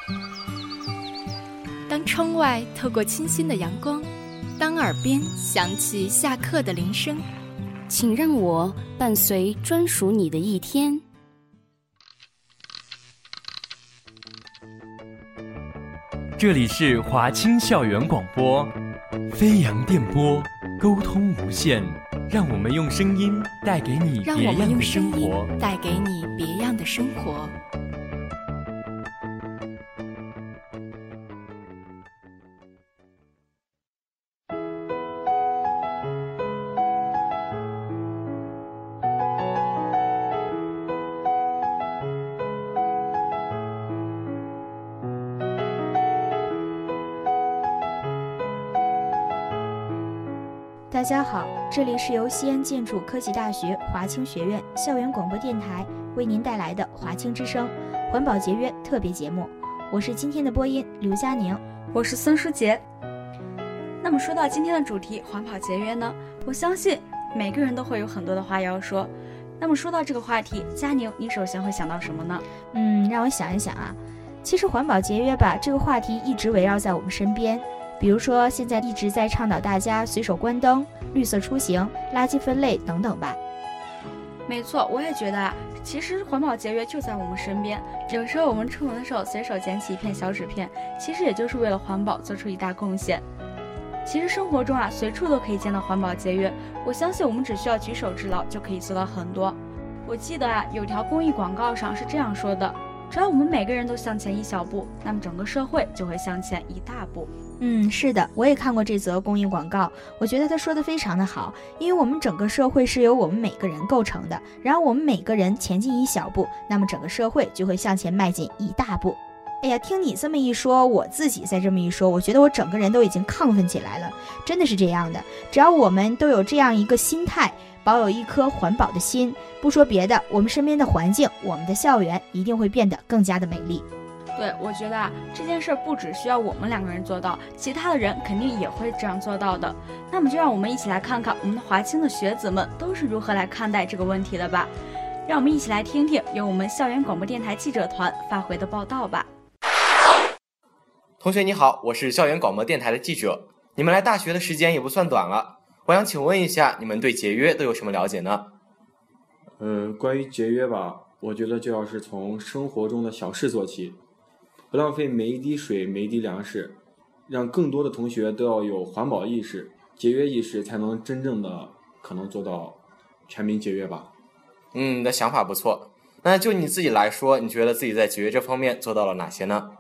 当窗外透过清新的阳光，当耳边响起下课的铃声， 请让我伴随专属你的一天。 这里是华清校园广播，飞扬电波，沟通无限，让我们用声音带给你别样的生活， 带给你别样的生活。 大家好，这里是由西安建筑科技大学华清学院校园广播电台为您带来的华清之声环保节约特别节目，我是今天的播音刘佳宁， 我是孙书杰。那么说到今天的主题环保节约呢，我相信每个人都会有很多的话要说。那么说到这个话题，佳宁，你首先会想到什么呢？ 让我想一想啊，其实环保节约吧，这个话题一直围绕在我们身边。比如说现在一直在倡导大家随手关灯、绿色出行、垃圾分类等等吧。 没错，我也觉得其实环保节约就在我们身边。有时候我们出门的时候随手捡起一片小纸片，其实也就是为了环保做出一大贡献。其实生活中随处都可以见到环保节约，我相信我们只需要举手之劳就可以做到很多。我记得有条公益广告上是这样说的，只要我们每个人都向前一小步，那么整个社会就会向前一大步。 是的，我也看过这则公益广告，我觉得他说的非常的好，因为我们整个社会是由我们每个人构成的，然后我们每个人前进一小步，那么整个社会就会向前迈进一大步。哎呀，听你这么一说，我自己再这么一说，我觉得我整个人都已经亢奋起来了，真的是这样的。只要我们都有这样一个心态，保有一颗环保的心，不说别的，我们身边的环境，我们的校园一定会变得更加的美丽。 对，我觉得这件事不只需要我们两个人做到，其他的人肯定也会这样做到的。那么就让我们一起来看看我们的华清的学子们都是如何来看待这个问题的吧。让我们一起来听听由我们校园广播电台记者团发回的报道吧。 同学你好，我是校园广播电台的记者。你们来大学的时间也不算短了，我想请问一下，你们对节约都有什么了解呢？ 关于节约吧，我觉得就要是从生活中的小事做起，不浪费每一滴水、每一滴粮食，让更多的同学都要有环保意识、节约意识，才能真正的可能做到全民节约吧。 你的想法不错。那就你自己来说，你觉得自己在节约这方面做到了哪些呢？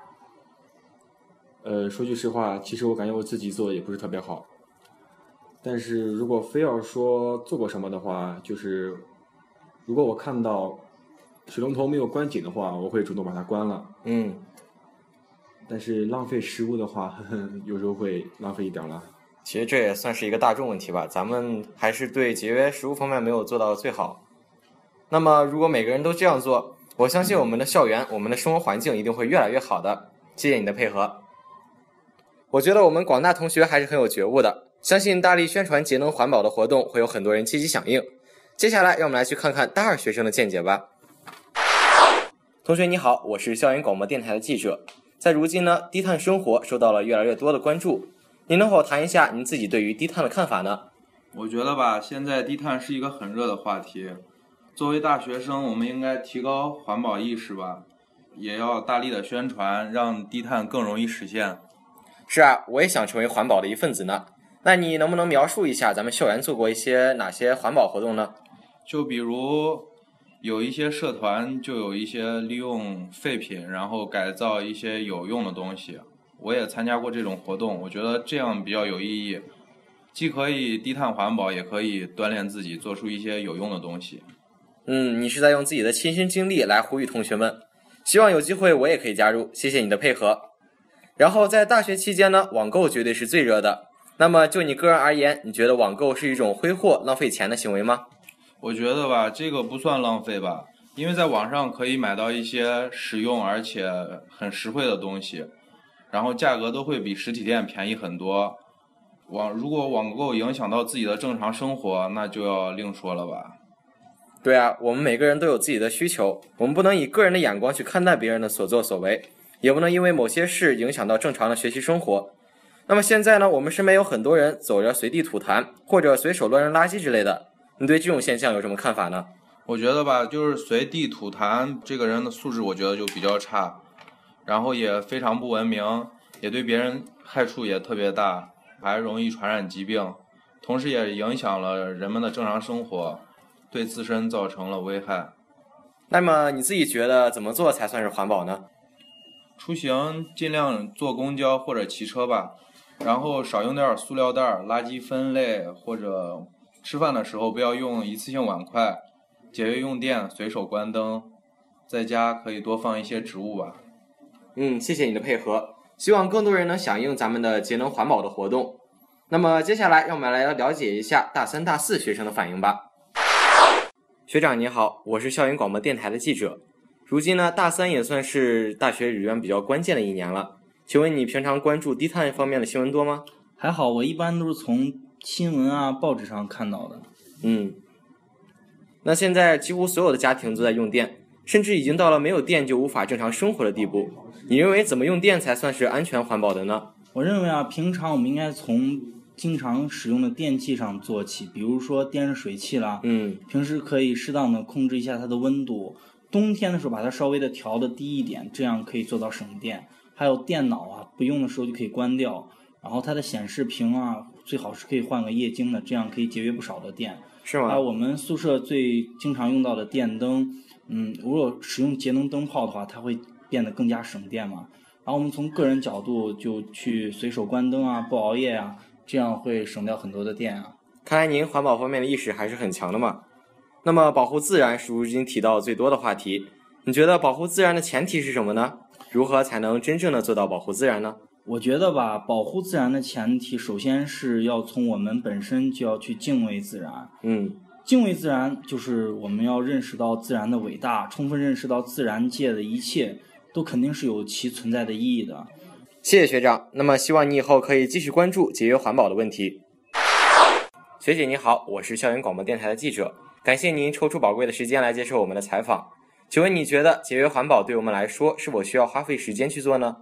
说句实话，其实我感觉我自己做的也不是特别好。但是如果非要说做过什么的话，就是如果我看到水龙头没有关紧的话，我会主动把它关了。但是浪费食物的话，有时候会浪费一点了。 其实这也算是一个大众问题吧，咱们还是对节约食物方面没有做到最好。那么如果每个人都这样做，我相信我们的校园、我们的生活环境一定会越来越好的。谢谢你的配合。我觉得我们广大同学还是很有觉悟的，相信大力宣传节能环保的活动会有很多人积极响应。接下来让我们来去看看大二学生的见解吧。同学你好，我是校园广播电台的记者。在如今呢，低碳生活受到了越来越多的关注，您能否谈一下您自己对于低碳的看法呢？ 我觉得吧，现在低碳是一个很热的话题，作为大学生，我们应该提高环保意识吧，也要大力的宣传，让低碳更容易实现。 是啊，我也想成为环保的一份子呢。那你能不能描述一下咱们校园做过一些哪些环保活动呢？ 就比如有一些社团就有一些利用废品然后改造一些有用的东西，我也参加过这种活动，我觉得这样比较有意义，既可以低碳环保，也可以锻炼自己做出一些有用的东西。 你是在用自己的亲身经历来呼吁同学们，希望有机会我也可以加入，谢谢你的配合。然后在大学期间呢，网购绝对是最热的。那么就你个人而言，你觉得网购是一种挥霍浪费钱的行为吗？ 我觉得吧，这个不算浪费吧，因为在网上可以买到一些实用而且很实惠的东西，然后价格都会比实体店便宜很多。如果网购影响到自己的正常生活，那就要另说了吧。 对啊，我们每个人都有自己的需求，我们不能以个人的眼光去看待别人的所作所为。 也不能因为某些事影响到正常的学习生活。那么现在呢，我们身边有很多人走着随地吐痰，或者随手乱扔垃圾之类的，你对这种现象有什么看法呢？ 我觉得吧，就是随地吐痰，这个人的素质我觉得就比较差，然后也非常不文明，也对别人害处也特别大，还容易传染疾病，同时也影响了人们的正常生活，对自身造成了危害。 那么你自己觉得怎么做才算是环保呢？ 出行尽量坐公交或者骑车吧，然后少用点塑料袋，垃圾分类，或者吃饭的时候不要用一次性碗筷，节约用电，随手关灯，在家可以多放一些植物吧。 谢谢你的配合，希望更多人能响应咱们的节能环保的活动。那么接下来让我们来了解一下大3、大4学生的反应吧。学长你好，我是校园广播电台的记者。如今呢，大3也算是大学语言比较关键的一年了。请问你平常关注低碳方面的新闻多吗？ 还好，我一般都是从新闻啊、报纸上看到的。 那现在几乎所有的家庭都在用电，甚至已经到了没有电就无法正常生活的地步。你认为怎么用电才算是安全环保的呢？ 我认为啊，平常我们应该从经常使用的电器上做起，比如说电热水器啦，平时可以适当的控制一下它的温度，冬天的时候把它稍微的调的低一点，这样可以做到省电。还有电脑啊，不用的时候就可以关掉，然后它的显示屏啊，最好是可以换个液晶的，这样可以节约不少的电。 是吗？ 还有我们宿舍最经常用到的电灯，如果使用节能灯泡的话，它会变得更加省电嘛。然后我们从个人角度就去随手关灯啊，不熬夜啊，这样会省掉很多的电啊。 看来您环保方面的意识还是很强的嘛。那么保护自然是如今提到最多的话题，你觉得保护自然的前提是什么呢？如何才能真正的做到保护自然呢？ 我觉得吧，保护自然的前提首先是要从我们本身就要去敬畏自然。敬畏自然就是我们要认识到自然的伟大，充分认识到自然界的一切都肯定是有其存在的意义的。 谢谢学长，那么希望你以后可以继续关注节约环保的问题。学姐你好，我是校园广播电台的记者，感谢您抽出宝贵的时间来接受我们的采访。请问你觉得节约环保对我们来说是否需要花费时间去做呢？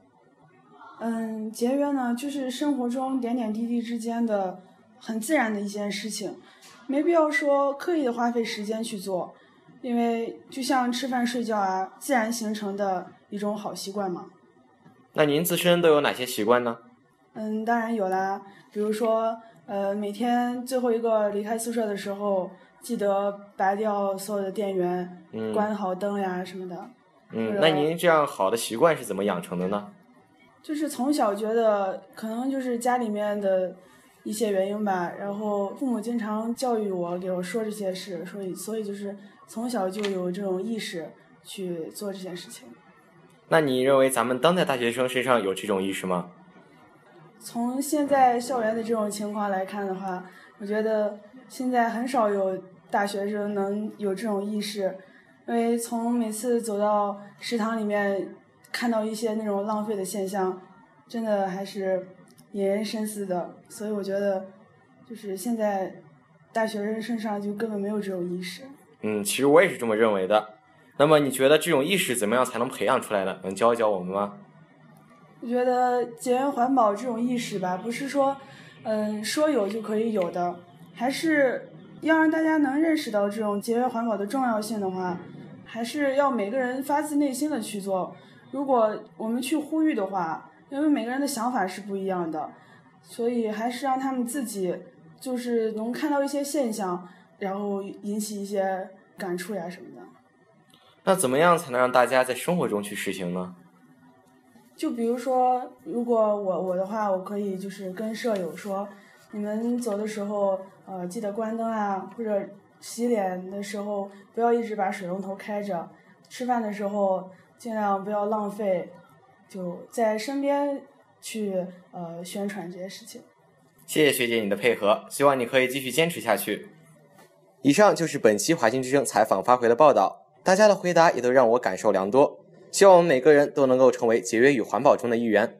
节约呢，就是生活中点点滴滴之间的很自然的一件事情，没必要说刻意的花费时间去做，因为就像吃饭睡觉啊，自然形成的一种好习惯嘛。 那您自身都有哪些习惯呢？ 当然有啦，比如说每天最后一个离开宿舍的时候，记得拔掉所有的电源，关好灯呀什么的。 那您这样好的习惯是怎么养成的呢？ 就是从小觉得可能就是家里面的一些原因吧，然后父母经常教育我，给我说这些事，所以就是从小就有这种意识去做这件事情。 那你认为咱们当代大学生身上有这种意识吗？ 从现在校园的这种情况来看的话，我觉得现在很少有大学生能有这种意识，因为从每次走到食堂里面看到一些那种浪费的现象，真的还是引人深思的。所以我觉得就是现在大学生身上就根本没有这种意识。 其实我也是这么认为的。那么你觉得这种意识怎么样才能培养出来呢？能教一教我们吗？ 我觉得节约环保这种意识吧，不是说说有就可以有的，还是要让大家能认识到这种节约环保的重要性的话，还是要每个人发自内心的去做。如果我们去呼吁的话，因为每个人的想法是不一样的，所以还是让他们自己就是能看到一些现象，然后引起一些感触呀什么的。 那怎么样才能让大家在生活中去实行呢？ 就比如说，如果我的话，我可以就是跟舍友说，你们走的时候记得关灯啊，或者洗脸的时候不要一直把水龙头开着，吃饭的时候尽量不要浪费，就在身边去宣传这些事情。 谢谢学姐你的配合，希望你可以继续坚持下去。以上就是本期华清之声采访发回的报道，大家的回答也都让我感受良多，希望我们每个人都能够成为节约与环保中的一员。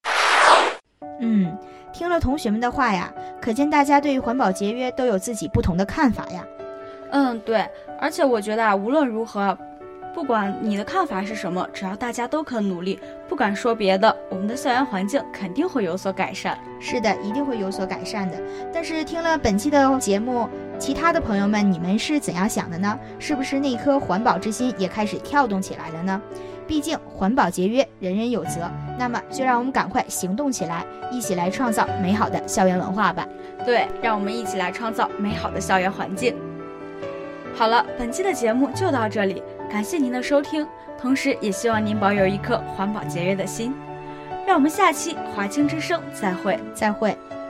听了同学们的话呀，可见大家对于环保节约都有自己不同的看法呀。 对，而且我觉得无论如何， 不管你的看法是什么，只要大家都肯努力，不敢说别的，我们的校园环境肯定会有所改善。 是的，一定会有所改善的。但是听了本期的节目，其他的朋友们，你们是怎样想的呢？是不是那颗环保之心也开始跳动起来了呢？毕竟环保节约，人人有责。那么就让我们赶快行动起来，一起来创造美好的校园文化吧。 对，让我们一起来创造美好的校园环境。好了，本期的节目就到这里，感谢您的收听，同时也希望您保有一颗环保节约的心。让我们下期华清之声再会。